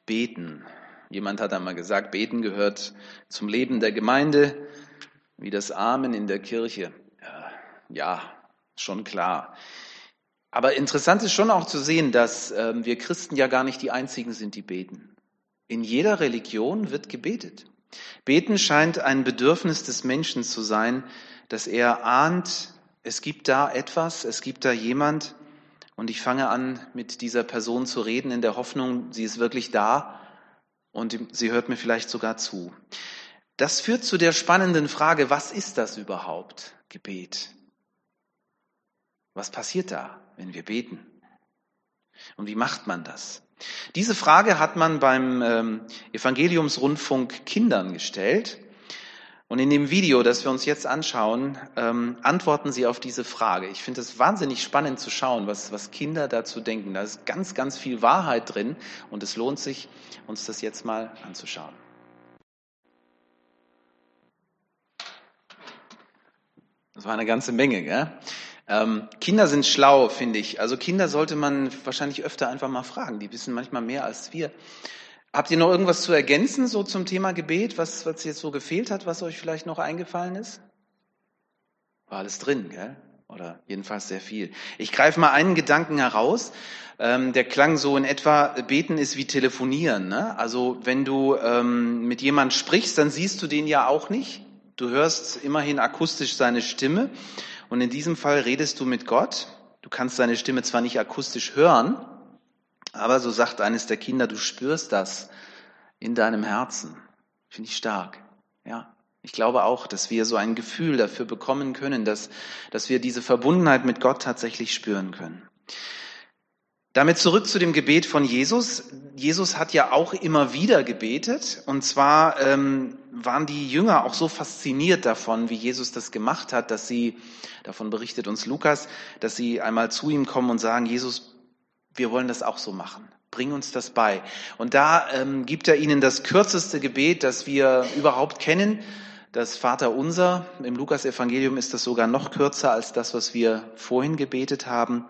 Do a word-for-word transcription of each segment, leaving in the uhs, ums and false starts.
Beten. Jemand hat einmal gesagt, Beten gehört zum Leben der Gemeinde, wie das Amen in der Kirche. Ja, schon klar. Aber interessant ist schon auch zu sehen, dass äh, wir Christen ja gar nicht die Einzigen sind, die beten. In jeder Religion wird gebetet. Beten scheint ein Bedürfnis des Menschen zu sein, dass er ahnt, es gibt da etwas, es gibt da jemand und ich fange an, mit dieser Person zu reden in der Hoffnung, sie ist wirklich da und sie hört mir vielleicht sogar zu. Das führt zu der spannenden Frage, was ist das überhaupt, Gebet? Was passiert da, wenn wir beten? Und wie macht man das? Diese Frage hat man beim ähm, Evangeliumsrundfunk Kindern gestellt. Und in dem Video, das wir uns jetzt anschauen, ähm, antworten sie auf diese Frage. Ich finde es wahnsinnig spannend zu schauen, was, was Kinder dazu denken. Da ist ganz, ganz viel Wahrheit drin und es lohnt sich, uns das jetzt mal anzuschauen. Das war eine ganze Menge, gell? Ähm, Kinder sind schlau, finde ich. Also Kinder sollte man wahrscheinlich öfter einfach mal fragen. Die wissen manchmal mehr als wir. Habt ihr noch irgendwas zu ergänzen so zum Thema Gebet, was, was jetzt so gefehlt hat, was euch vielleicht noch eingefallen ist? War alles drin, gell? Oder jedenfalls sehr viel. Ich greife mal einen Gedanken heraus. Ähm, der klang so in etwa, beten ist wie telefonieren. Ne? Also wenn du ähm, mit jemandem sprichst, dann siehst du den ja auch nicht. Du hörst immerhin akustisch seine Stimme. Und in diesem Fall redest du mit Gott. Du kannst seine Stimme zwar nicht akustisch hören, aber so sagt eines der Kinder, du spürst das in deinem Herzen. Finde ich stark. Ja, ich glaube auch, dass wir so ein Gefühl dafür bekommen können, dass, dass wir diese Verbundenheit mit Gott tatsächlich spüren können. Damit zurück zu dem Gebet von Jesus. Jesus hat ja auch immer wieder gebetet. Und zwar ähm, waren die Jünger auch so fasziniert davon, wie Jesus das gemacht hat, dass sie, davon berichtet uns Lukas, dass sie einmal zu ihm kommen und sagen, Jesus, wir wollen das auch so machen. Bring uns das bei. Und da ähm, gibt er ihnen das kürzeste Gebet, das wir überhaupt kennen. Das Vaterunser. Im Lukas-Evangelium ist das sogar noch kürzer als das, was wir vorhin gebetet haben.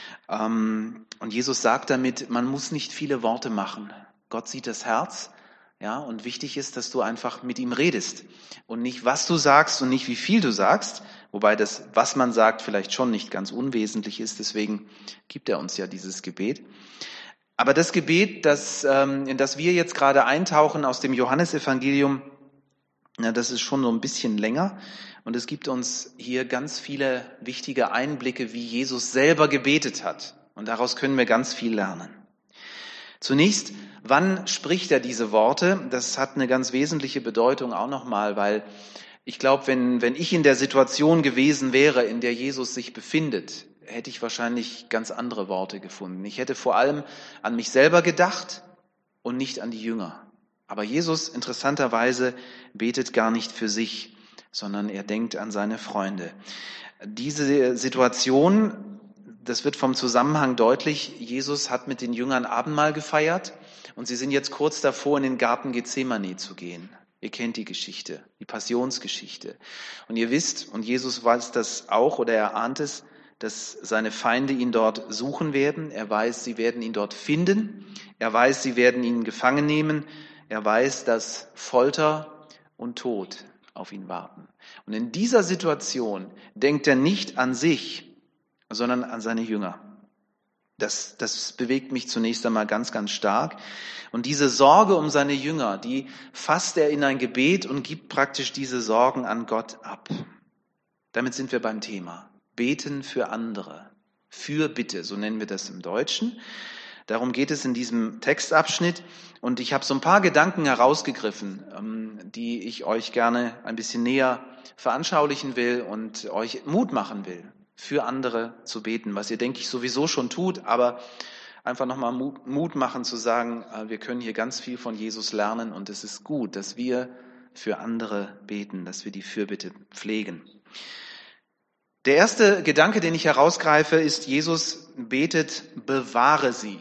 Ähm, und Jesus sagt damit, man muss nicht viele Worte machen. Gott sieht das Herz. Ja, und wichtig ist, dass du einfach mit ihm redest. Und nicht, was du sagst und nicht, wie viel du sagst. Wobei das, was man sagt, vielleicht schon nicht ganz unwesentlich ist. Deswegen gibt er uns ja dieses Gebet. Aber das Gebet, das, in das wir jetzt gerade eintauchen aus dem Johannesevangelium, ja, das ist schon so ein bisschen länger. Und es gibt uns hier ganz viele wichtige Einblicke, wie Jesus selber gebetet hat. Und daraus können wir ganz viel lernen. Zunächst, wann spricht er diese Worte? Das hat eine ganz wesentliche Bedeutung auch nochmal, weil ich glaube, wenn, wenn ich in der Situation gewesen wäre, in der Jesus sich befindet, hätte ich wahrscheinlich ganz andere Worte gefunden. Ich hätte vor allem an mich selber gedacht und nicht an die Jünger. Aber Jesus, interessanterweise, betet gar nicht für sich, sondern er denkt an seine Freunde. Diese Situation, das wird vom Zusammenhang deutlich, Jesus hat mit den Jüngern Abendmahl gefeiert und sie sind jetzt kurz davor, in den Garten Gethsemane zu gehen. Ihr kennt die Geschichte, die Passionsgeschichte. Und ihr wisst, und Jesus weiß das auch oder er ahnt es, dass seine Feinde ihn dort suchen werden. Er weiß, sie werden ihn dort finden. Er weiß, sie werden ihn gefangen nehmen. Er weiß, dass Folter und Tod auf ihn warten. Und in dieser Situation denkt er nicht an sich, sondern an seine Jünger. Das, das bewegt mich zunächst einmal ganz, ganz stark. Und diese Sorge um seine Jünger, die fasst er in ein Gebet und gibt praktisch diese Sorgen an Gott ab. Damit sind wir beim Thema. Beten für andere. Fürbitte, so nennen wir das im Deutschen. Darum geht es in diesem Textabschnitt. Und ich habe so ein paar Gedanken herausgegriffen, die ich euch gerne ein bisschen näher veranschaulichen will und euch Mut machen will, für andere zu beten, was ihr, denke ich, sowieso schon tut, aber einfach nochmal Mut machen zu sagen, wir können hier ganz viel von Jesus lernen und es ist gut, dass wir für andere beten, dass wir die Fürbitte pflegen. Der erste Gedanke, den ich herausgreife, ist, Jesus betet, bewahre sie.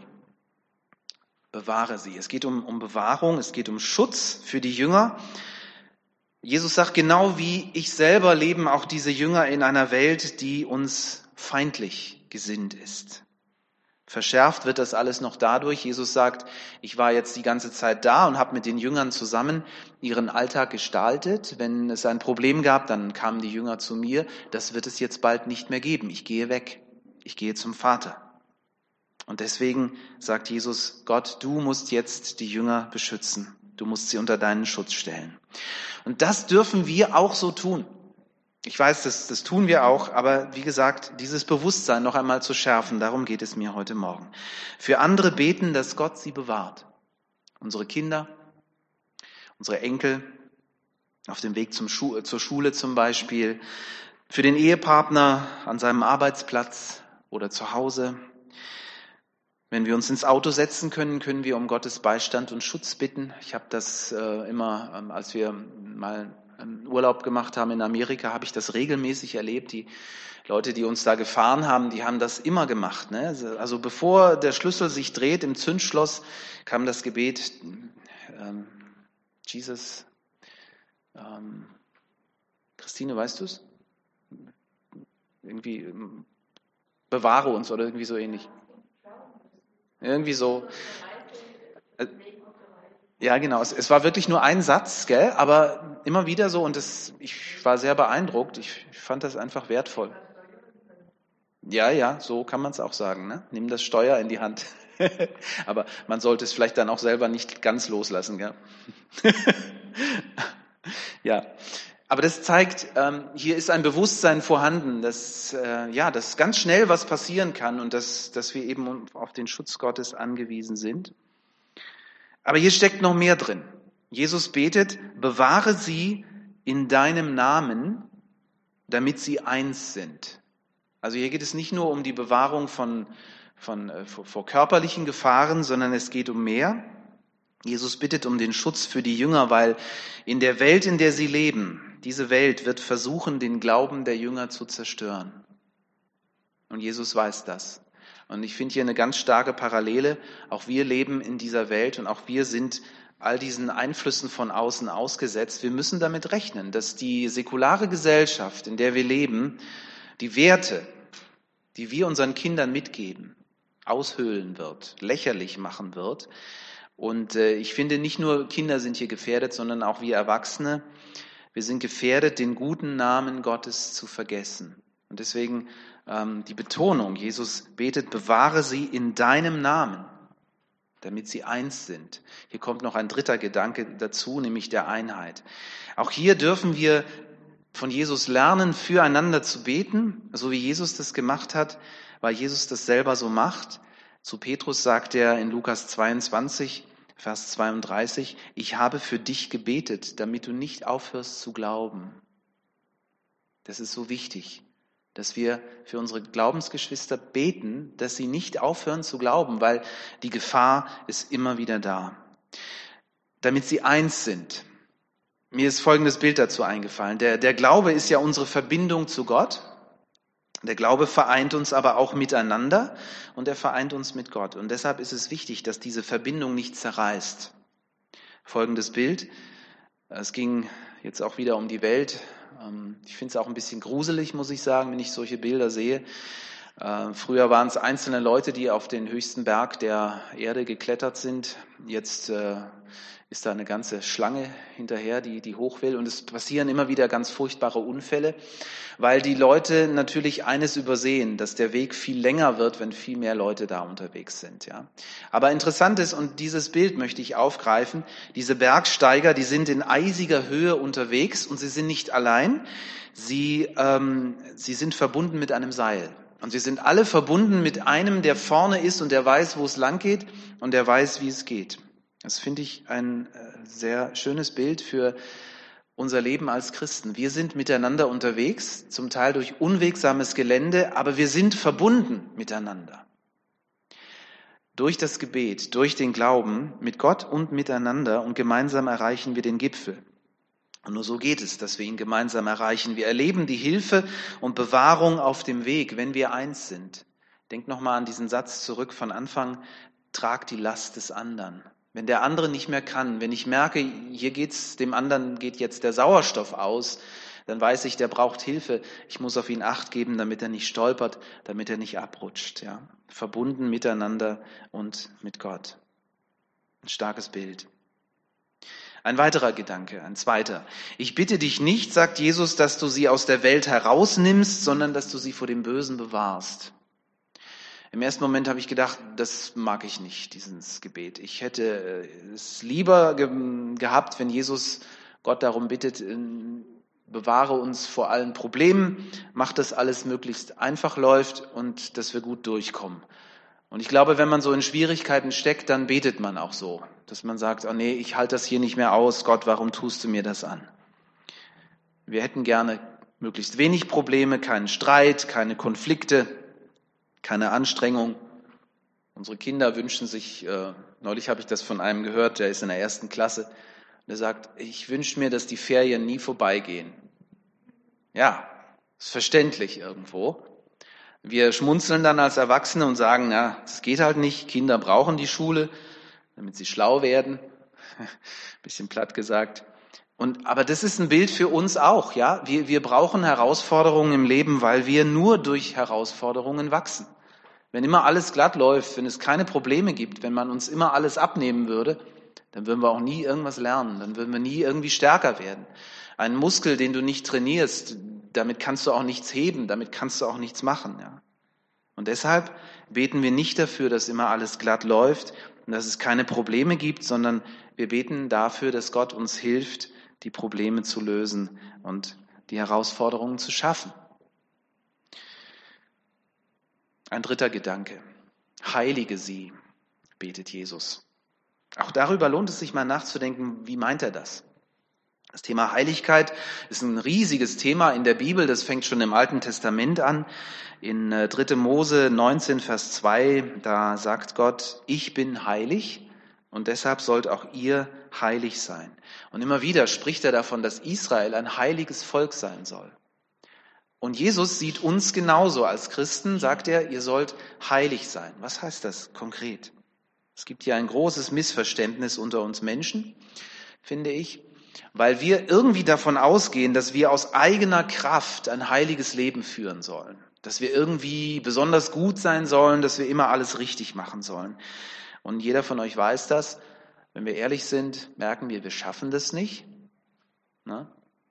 Bewahre sie. Es geht um, um Bewahrung, es geht um Schutz für die Jünger. Jesus sagt, genau wie ich selber leben auch diese Jünger in einer Welt, die uns feindlich gesinnt ist. Verschärft wird das alles noch dadurch, Jesus sagt, ich war jetzt die ganze Zeit da und habe mit den Jüngern zusammen ihren Alltag gestaltet. Wenn es ein Problem gab, dann kamen die Jünger zu mir. Das wird es jetzt bald nicht mehr geben. Ich gehe weg. Ich gehe zum Vater. Und deswegen sagt Jesus, Gott, du musst jetzt die Jünger beschützen. Du musst sie unter deinen Schutz stellen. Und das dürfen wir auch so tun. Ich weiß, das, das tun wir auch, aber wie gesagt, dieses Bewusstsein noch einmal zu schärfen, darum geht es mir heute Morgen. Für andere beten, dass Gott sie bewahrt. Unsere Kinder, unsere Enkel, auf dem Weg zum Schu- zur Schule zum Beispiel, für den Ehepartner an seinem Arbeitsplatz oder zu Hause. Wenn wir uns ins Auto setzen können, können wir um Gottes Beistand und Schutz bitten. Ich habe das äh, immer, ähm, als wir mal Urlaub gemacht haben in Amerika, habe ich das regelmäßig erlebt. Die Leute, die uns da gefahren haben, die haben das immer gemacht. Ne? Also bevor der Schlüssel sich dreht im Zündschloss, kam das Gebet, ähm, Jesus, ähm, Christine, weißt du es? Irgendwie, ähm, bewahre uns oder irgendwie so ähnlich. Irgendwie so. Äh, Ja, genau. Es, es war wirklich nur ein Satz, gell? Aber immer wieder so und das, ich war sehr beeindruckt. Ich, ich fand das einfach wertvoll. Ja, ja, so kann man es auch sagen. Ne? Nimm das Steuer in die Hand. Aber man sollte es vielleicht dann auch selber nicht ganz loslassen, gell? Ja. Aber das zeigt, ähm, hier ist ein Bewusstsein vorhanden, dass äh, ja, dass ganz schnell was passieren kann und dass, dass wir eben auf den Schutz Gottes angewiesen sind. Aber hier steckt noch mehr drin. Jesus betet, bewahre sie in deinem Namen, damit sie eins sind. Also hier geht es nicht nur um die Bewahrung von, von, äh, vor, vor körperlichen Gefahren, sondern es geht um mehr. Jesus bittet um den Schutz für die Jünger, weil in der Welt, in der sie leben, diese Welt wird versuchen, den Glauben der Jünger zu zerstören. Und Jesus weiß das. Und ich finde hier eine ganz starke Parallele. Auch wir leben in dieser Welt und auch wir sind all diesen Einflüssen von außen ausgesetzt. Wir müssen damit rechnen, dass die säkulare Gesellschaft, in der wir leben, die Werte, die wir unseren Kindern mitgeben, aushöhlen wird, lächerlich machen wird. Und äh, ich finde, nicht nur Kinder sind hier gefährdet, sondern auch wir Erwachsene. Wir sind gefährdet, den guten Namen Gottes zu vergessen. Und deswegen ähm, die Betonung, Jesus betet, bewahre sie in deinem Namen, damit sie eins sind. Hier kommt noch ein dritter Gedanke dazu, nämlich der Einheit. Auch hier dürfen wir von Jesus lernen, füreinander zu beten, so wie Jesus das gemacht hat, weil Jesus das selber so macht. Zu Petrus sagt er in Lukas zweiundzwanzig, Vers zweiunddreißig, ich habe für dich gebetet, damit du nicht aufhörst zu glauben. Das ist so wichtig, dass wir für unsere Glaubensgeschwister beten, dass sie nicht aufhören zu glauben, weil die Gefahr ist immer wieder da. Damit sie eins sind. Mir ist folgendes Bild dazu eingefallen. Der, der Glaube ist ja unsere Verbindung zu Gott. Der Glaube vereint uns aber auch miteinander und er vereint uns mit Gott. Und deshalb ist es wichtig, dass diese Verbindung nicht zerreißt. Folgendes Bild. Es ging jetzt auch wieder um die Welt. Ich finde es auch ein bisschen gruselig, muss ich sagen, wenn ich solche Bilder sehe. Früher waren es einzelne Leute, die auf den höchsten Berg der Erde geklettert sind. Jetzt ist da eine ganze Schlange hinterher, die, die hoch will. Und es passieren immer wieder ganz furchtbare Unfälle, weil die Leute natürlich eines übersehen, dass der Weg viel länger wird, wenn viel mehr Leute da unterwegs sind. Ja. Aber interessant ist, und dieses Bild möchte ich aufgreifen, diese Bergsteiger, die sind in eisiger Höhe unterwegs und sie sind nicht allein, sie, ähm, sie sind verbunden mit einem Seil. Und sie sind alle verbunden mit einem, der vorne ist und der weiß, wo es lang geht und der weiß, wie es geht. Das finde ich ein sehr schönes Bild für unser Leben als Christen. Wir sind miteinander unterwegs, zum Teil durch unwegsames Gelände, aber wir sind verbunden miteinander. Durch das Gebet, durch den Glauben mit Gott und miteinander und gemeinsam erreichen wir den Gipfel. Und nur so geht es, dass wir ihn gemeinsam erreichen. Wir erleben die Hilfe und Bewahrung auf dem Weg, wenn wir eins sind. Denkt nochmal an diesen Satz zurück von Anfang, trag die Last des anderen. Wenn der andere nicht mehr kann, wenn ich merke, hier geht's, dem anderen geht jetzt der Sauerstoff aus, Dann weiß ich, der braucht Hilfe. Ich muss auf ihn Acht geben, damit er nicht stolpert, damit er nicht abrutscht. Ja? Verbunden miteinander und mit Gott. Ein starkes Bild. Ein weiterer Gedanke, ein zweiter. Ich bitte dich nicht, sagt Jesus, dass du sie aus der Welt herausnimmst, sondern dass du sie vor dem Bösen bewahrst. Im ersten Moment habe ich gedacht, das mag ich nicht, dieses Gebet. Ich hätte es lieber ge- gehabt, wenn Jesus Gott darum bittet, bewahre uns vor allen Problemen, mach, dass alles möglichst einfach läuft und dass wir gut durchkommen. Und ich glaube, wenn man so in Schwierigkeiten steckt, dann betet man auch so, dass man sagt, oh nee, ich halte das hier nicht mehr aus, Gott, warum tust du mir das an? Wir hätten gerne möglichst wenig Probleme, keinen Streit, keine Konflikte, keine Anstrengung. Unsere Kinder wünschen sich, äh, neulich habe ich das von einem gehört, der ist in der ersten Klasse, der sagt, ich wünsche mir, dass die Ferien nie vorbeigehen. Ja, ist verständlich irgendwo. Wir schmunzeln dann als Erwachsene und sagen, na, das geht halt nicht, Kinder brauchen die Schule, damit sie schlau werden. Bisschen platt gesagt. Und, aber das ist ein Bild für uns auch, ja. Wir, wir brauchen Herausforderungen im Leben, weil wir nur durch Herausforderungen wachsen. Wenn immer alles glatt läuft, wenn es keine Probleme gibt, wenn man uns immer alles abnehmen würde, dann würden wir auch nie irgendwas lernen, dann würden wir nie irgendwie stärker werden. Ein Muskel, den du nicht trainierst, damit kannst du auch nichts heben, damit kannst du auch nichts machen. Ja. Und deshalb beten wir nicht dafür, dass immer alles glatt läuft und dass es keine Probleme gibt, sondern wir beten dafür, dass Gott uns hilft, die Probleme zu lösen und die Herausforderungen zu schaffen. Ein dritter Gedanke. Heilige sie, betet Jesus. Auch darüber lohnt es sich mal nachzudenken, wie meint er das? Das Thema Heiligkeit ist ein riesiges Thema in der Bibel, das fängt schon im Alten Testament an. In dritter Mose neunzehn, Vers zwei, da sagt Gott, ich bin heilig und deshalb sollt auch ihr heilig sein. Und immer wieder spricht er davon, dass Israel ein heiliges Volk sein soll. Und Jesus sieht uns genauso. Als Christen sagt er, ihr sollt heilig sein. Was heißt das konkret? Es gibt hier ein großes Missverständnis unter uns Menschen, finde ich, weil wir irgendwie davon ausgehen, dass wir aus eigener Kraft ein heiliges Leben führen sollen, dass wir irgendwie besonders gut sein sollen, dass wir immer alles richtig machen sollen. Und jeder von euch weiß das. Wenn wir ehrlich sind, merken wir, wir schaffen das nicht. Ne?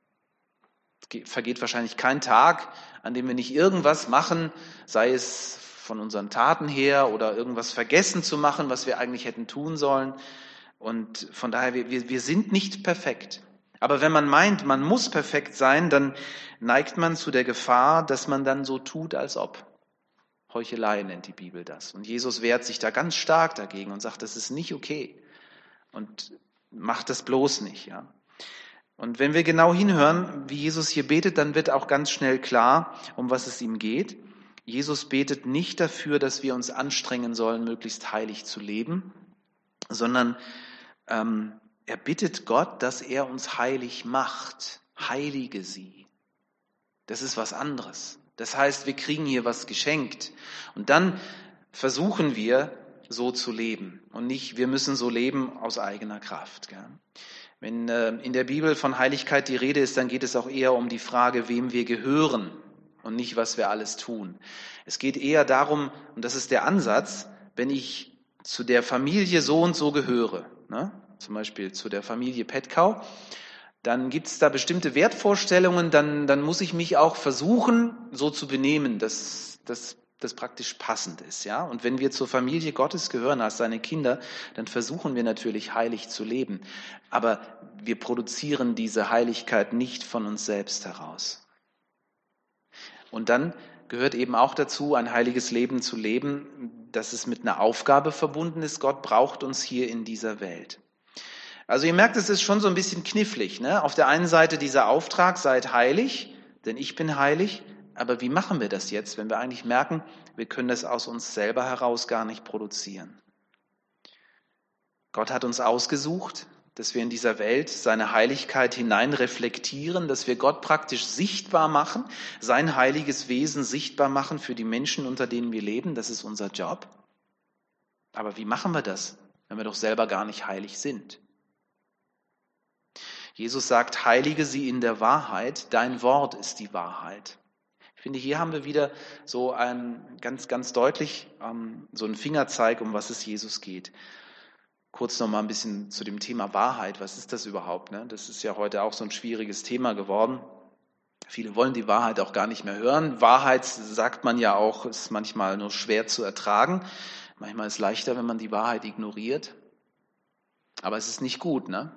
Es vergeht wahrscheinlich kein Tag, an dem wir nicht irgendwas machen, sei es von unseren Taten her oder irgendwas vergessen zu machen, was wir eigentlich hätten tun sollen. Und von daher, wir, wir sind nicht perfekt. Aber wenn man meint, man muss perfekt sein, dann neigt man zu der Gefahr, dass man dann so tut, als ob. Heuchelei nennt die Bibel das. Und Jesus wehrt sich da ganz stark dagegen und sagt, das ist nicht okay. Und macht das bloß nicht, ja. Und wenn wir genau hinhören, wie Jesus hier betet, dann wird auch ganz schnell klar, um was es ihm geht. Jesus betet nicht dafür, dass wir uns anstrengen sollen, möglichst heilig zu leben, sondern ähm, er bittet Gott, dass er uns heilig macht. Heilige sie. Das ist was anderes. Das heißt, wir kriegen hier was geschenkt. Und dann versuchen wir, so zu leben. Und nicht, wir müssen so leben aus eigener Kraft. Gell? Wenn äh, in der Bibel von Heiligkeit die Rede ist, dann geht es auch eher um die Frage, wem wir gehören und nicht, was wir alles tun. Es geht eher darum, und das ist der Ansatz, wenn ich zu der Familie so und so gehöre, ne? Zum Beispiel zu der Familie Petkau, dann gibt es da bestimmte Wertvorstellungen, dann, dann muss ich mich auch versuchen, so zu benehmen, dass das das praktisch passend ist, ja. Und wenn wir zur Familie Gottes gehören als seine Kinder, dann versuchen wir natürlich heilig zu leben. Aber wir produzieren diese Heiligkeit nicht von uns selbst heraus. Und dann gehört eben auch dazu, ein heiliges Leben zu leben, dass es mit einer Aufgabe verbunden ist. Gott braucht uns hier in dieser Welt. Also ihr merkt, es ist schon so ein bisschen knifflig, ne? Auf der einen Seite dieser Auftrag, seid heilig, denn ich bin heilig. Aber wie machen wir das jetzt, wenn wir eigentlich merken, wir können das aus uns selber heraus gar nicht produzieren? Gott hat uns ausgesucht, dass wir in dieser Welt seine Heiligkeit hinein reflektieren, dass wir Gott praktisch sichtbar machen, sein heiliges Wesen sichtbar machen für die Menschen, unter denen wir leben. Das ist unser Job. Aber wie machen wir das, wenn wir doch selber gar nicht heilig sind? Jesus sagt, heilige sie in der Wahrheit, dein Wort ist die Wahrheit. Ich finde, hier haben wir wieder so ein ganz, ganz deutlich ähm, so einen Fingerzeig, um was es Jesus geht. Kurz noch mal ein bisschen zu dem Thema Wahrheit. Was ist das überhaupt? Ne? Das ist ja heute auch so ein schwieriges Thema geworden. Viele wollen die Wahrheit auch gar nicht mehr hören. Wahrheit, sagt man ja auch, ist manchmal nur schwer zu ertragen. Manchmal ist es leichter, wenn man die Wahrheit ignoriert. Aber es ist nicht gut, ne?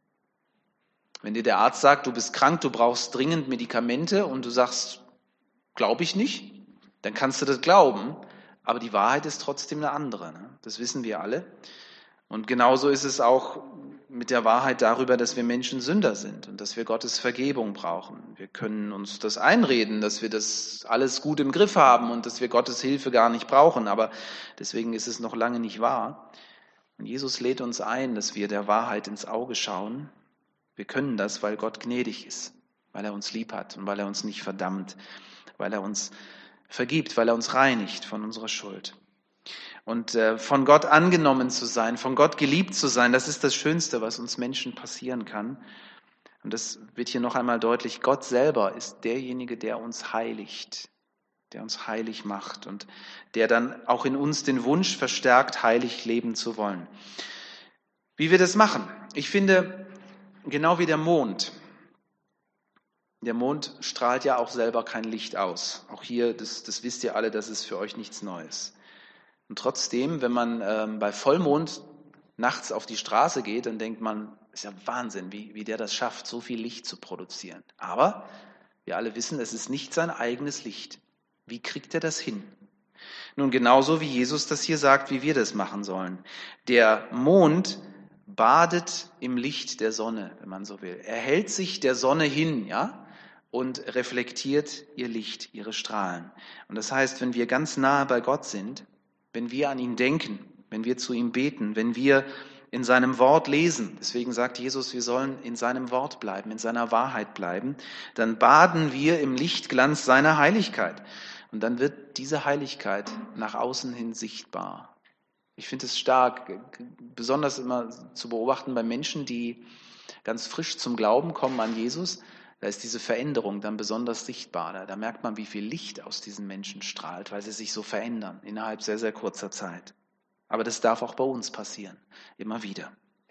Wenn dir der Arzt sagt, du bist krank, du brauchst dringend Medikamente und du sagst, glaube ich nicht, dann kannst du das glauben. Aber die Wahrheit ist trotzdem eine andere. Ne? Das wissen wir alle. Und genauso ist es auch mit der Wahrheit darüber, dass wir Menschen Sünder sind und dass wir Gottes Vergebung brauchen. Wir können uns das einreden, dass wir das alles gut im Griff haben und dass wir Gottes Hilfe gar nicht brauchen. Aber deswegen ist es noch lange nicht wahr. Und Jesus lädt uns ein, dass wir der Wahrheit ins Auge schauen. Wir können das, weil Gott gnädig ist, weil er uns lieb hat und weil er uns nicht verdammt, weil er uns vergibt, weil er uns reinigt von unserer Schuld. Und äh, von Gott angenommen zu sein, von Gott geliebt zu sein, das ist das Schönste, was uns Menschen passieren kann. Und das wird hier noch einmal deutlich. Gott selber ist derjenige, der uns heiligt, der uns heilig macht und der dann auch in uns den Wunsch verstärkt, heilig leben zu wollen. Wie wir das machen? Ich finde, genau wie der Mond. Der Mond strahlt ja auch selber kein Licht aus. Auch hier, das, das wisst ihr alle, das ist für euch nichts Neues. Und trotzdem, wenn man ähm, bei Vollmond nachts auf die Straße geht, dann denkt man, ist ja Wahnsinn, wie, wie der das schafft, so viel Licht zu produzieren. Aber wir alle wissen, es ist nicht sein eigenes Licht. Wie kriegt er das hin? Nun, genauso wie Jesus das hier sagt, wie wir das machen sollen. Der Mond badet im Licht der Sonne, wenn man so will. Er hält sich der Sonne hin, ja, und reflektiert ihr Licht, ihre Strahlen. Und das heißt, wenn wir ganz nahe bei Gott sind, wenn wir an ihn denken, wenn wir zu ihm beten, wenn wir in seinem Wort lesen, deswegen sagt Jesus, wir sollen in seinem Wort bleiben, in seiner Wahrheit bleiben, dann baden wir im Lichtglanz seiner Heiligkeit. Und dann wird diese Heiligkeit nach außen hin sichtbar. Ich finde es stark, besonders immer zu beobachten bei Menschen, die ganz frisch zum Glauben kommen an Jesus. Da ist diese Veränderung dann besonders sichtbar. Da, da merkt man, wie viel Licht aus diesen Menschen strahlt, weil sie sich so verändern innerhalb sehr, sehr kurzer Zeit. Aber das darf auch bei uns passieren, immer wieder.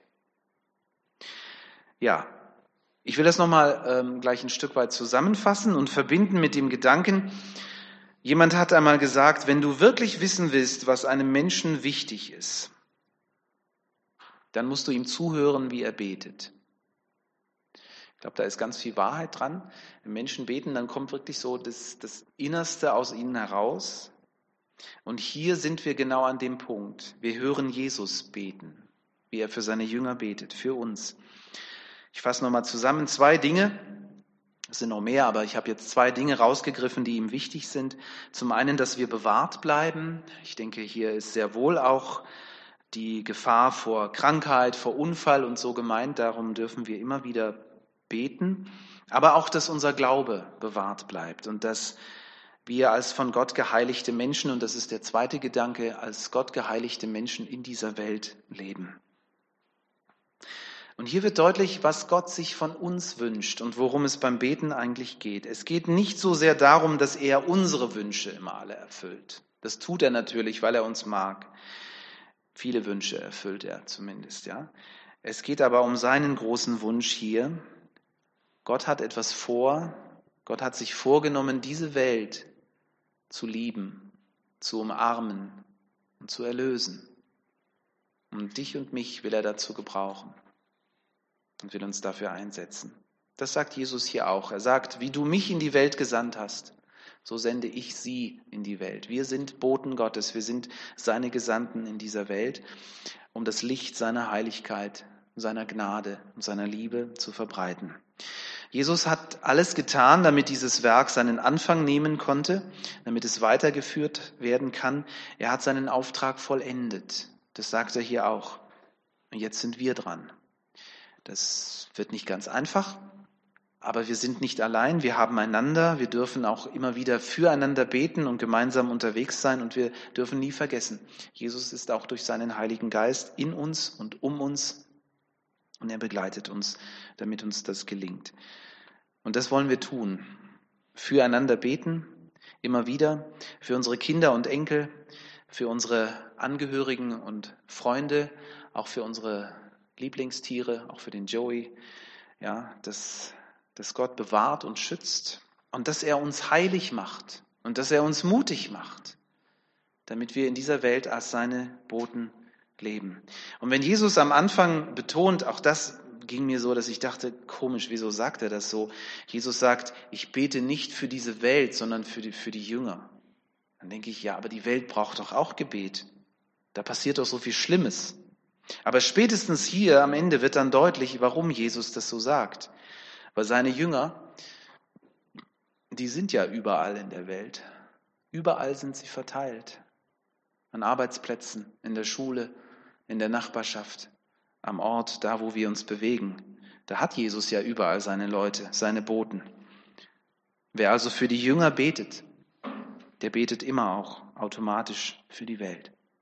Ja, ich will das nochmal ähm, gleich ein Stück weit zusammenfassen und verbinden mit dem Gedanken, jemand hat einmal gesagt, wenn du wirklich wissen willst, was einem Menschen wichtig ist, dann musst du ihm zuhören, wie er betet. Ich glaube, da ist ganz viel Wahrheit dran. Wenn Menschen beten, dann kommt wirklich so das, das Innerste aus ihnen heraus. Und hier sind wir genau an dem Punkt. Wir hören Jesus beten, wie er für seine Jünger betet, für uns. Ich fasse nochmal zusammen zwei Dinge. Es sind noch mehr, aber ich habe jetzt zwei Dinge rausgegriffen, die ihm wichtig sind. Zum einen, dass wir bewahrt bleiben. Ich denke, hier ist sehr wohl auch die Gefahr vor Krankheit, vor Unfall und so gemeint. Darum dürfen wir immer wieder beten. Aber auch, dass unser Glaube bewahrt bleibt und dass wir als von Gott geheiligte Menschen, und das ist der zweite Gedanke, als Gott geheiligte Menschen in dieser Welt leben. Und hier wird deutlich, was Gott sich von uns wünscht und worum es beim Beten eigentlich geht. Es geht nicht so sehr darum, dass er unsere Wünsche immer alle erfüllt. Das tut er natürlich, weil er uns mag. Viele Wünsche erfüllt er zumindest, ja. Es geht aber um seinen großen Wunsch hier. Gott hat etwas vor. Gott hat sich vorgenommen, diese Welt zu lieben, zu umarmen und zu erlösen. Und dich und mich will er dazu gebrauchen und will uns dafür einsetzen. Das sagt Jesus hier auch. Er sagt, wie du mich in die Welt gesandt hast, so sende ich sie in die Welt. Wir sind Boten Gottes, wir sind seine Gesandten in dieser Welt, um das Licht seiner Heiligkeit, seiner Gnade und seiner Liebe zu verbreiten. Jesus hat alles getan, damit dieses Werk seinen Anfang nehmen konnte, damit es weitergeführt werden kann. Er hat seinen Auftrag vollendet. Das sagt er hier auch. Und jetzt sind wir dran. Das wird nicht ganz einfach, aber wir sind nicht allein. Wir haben einander. Wir dürfen auch immer wieder füreinander beten und gemeinsam unterwegs sein. Und wir dürfen nie vergessen, Jesus ist auch durch seinen Heiligen Geist in uns und um uns Und er begleitet uns, damit uns das gelingt. Und das wollen wir tun. Füreinander beten, immer wieder, für unsere Kinder und Enkel, für unsere Angehörigen und Freunde, auch für unsere Lieblingstiere, auch für den Joey, ja, dass, dass Gott bewahrt und schützt und dass er uns heilig macht und dass er uns mutig macht, damit wir in dieser Welt als seine Boten leben. Und wenn Jesus am Anfang betont, auch das ging mir so, dass ich dachte, komisch, wieso sagt er das so? Jesus sagt, ich bete nicht für diese Welt, sondern für die, für die Jünger. Dann denke ich, ja, aber die Welt braucht doch auch Gebet. Da passiert doch so viel Schlimmes. Aber spätestens hier am Ende wird dann deutlich, warum Jesus das so sagt. Weil seine Jünger, die sind ja überall in der Welt. Überall sind sie verteilt. An Arbeitsplätzen, in der Schule, in der Nachbarschaft, am Ort, da wo wir uns bewegen. Da hat Jesus ja überall seine Leute, seine Boten. Wer also für die Jünger betet, der betet immer auch automatisch für die Welt.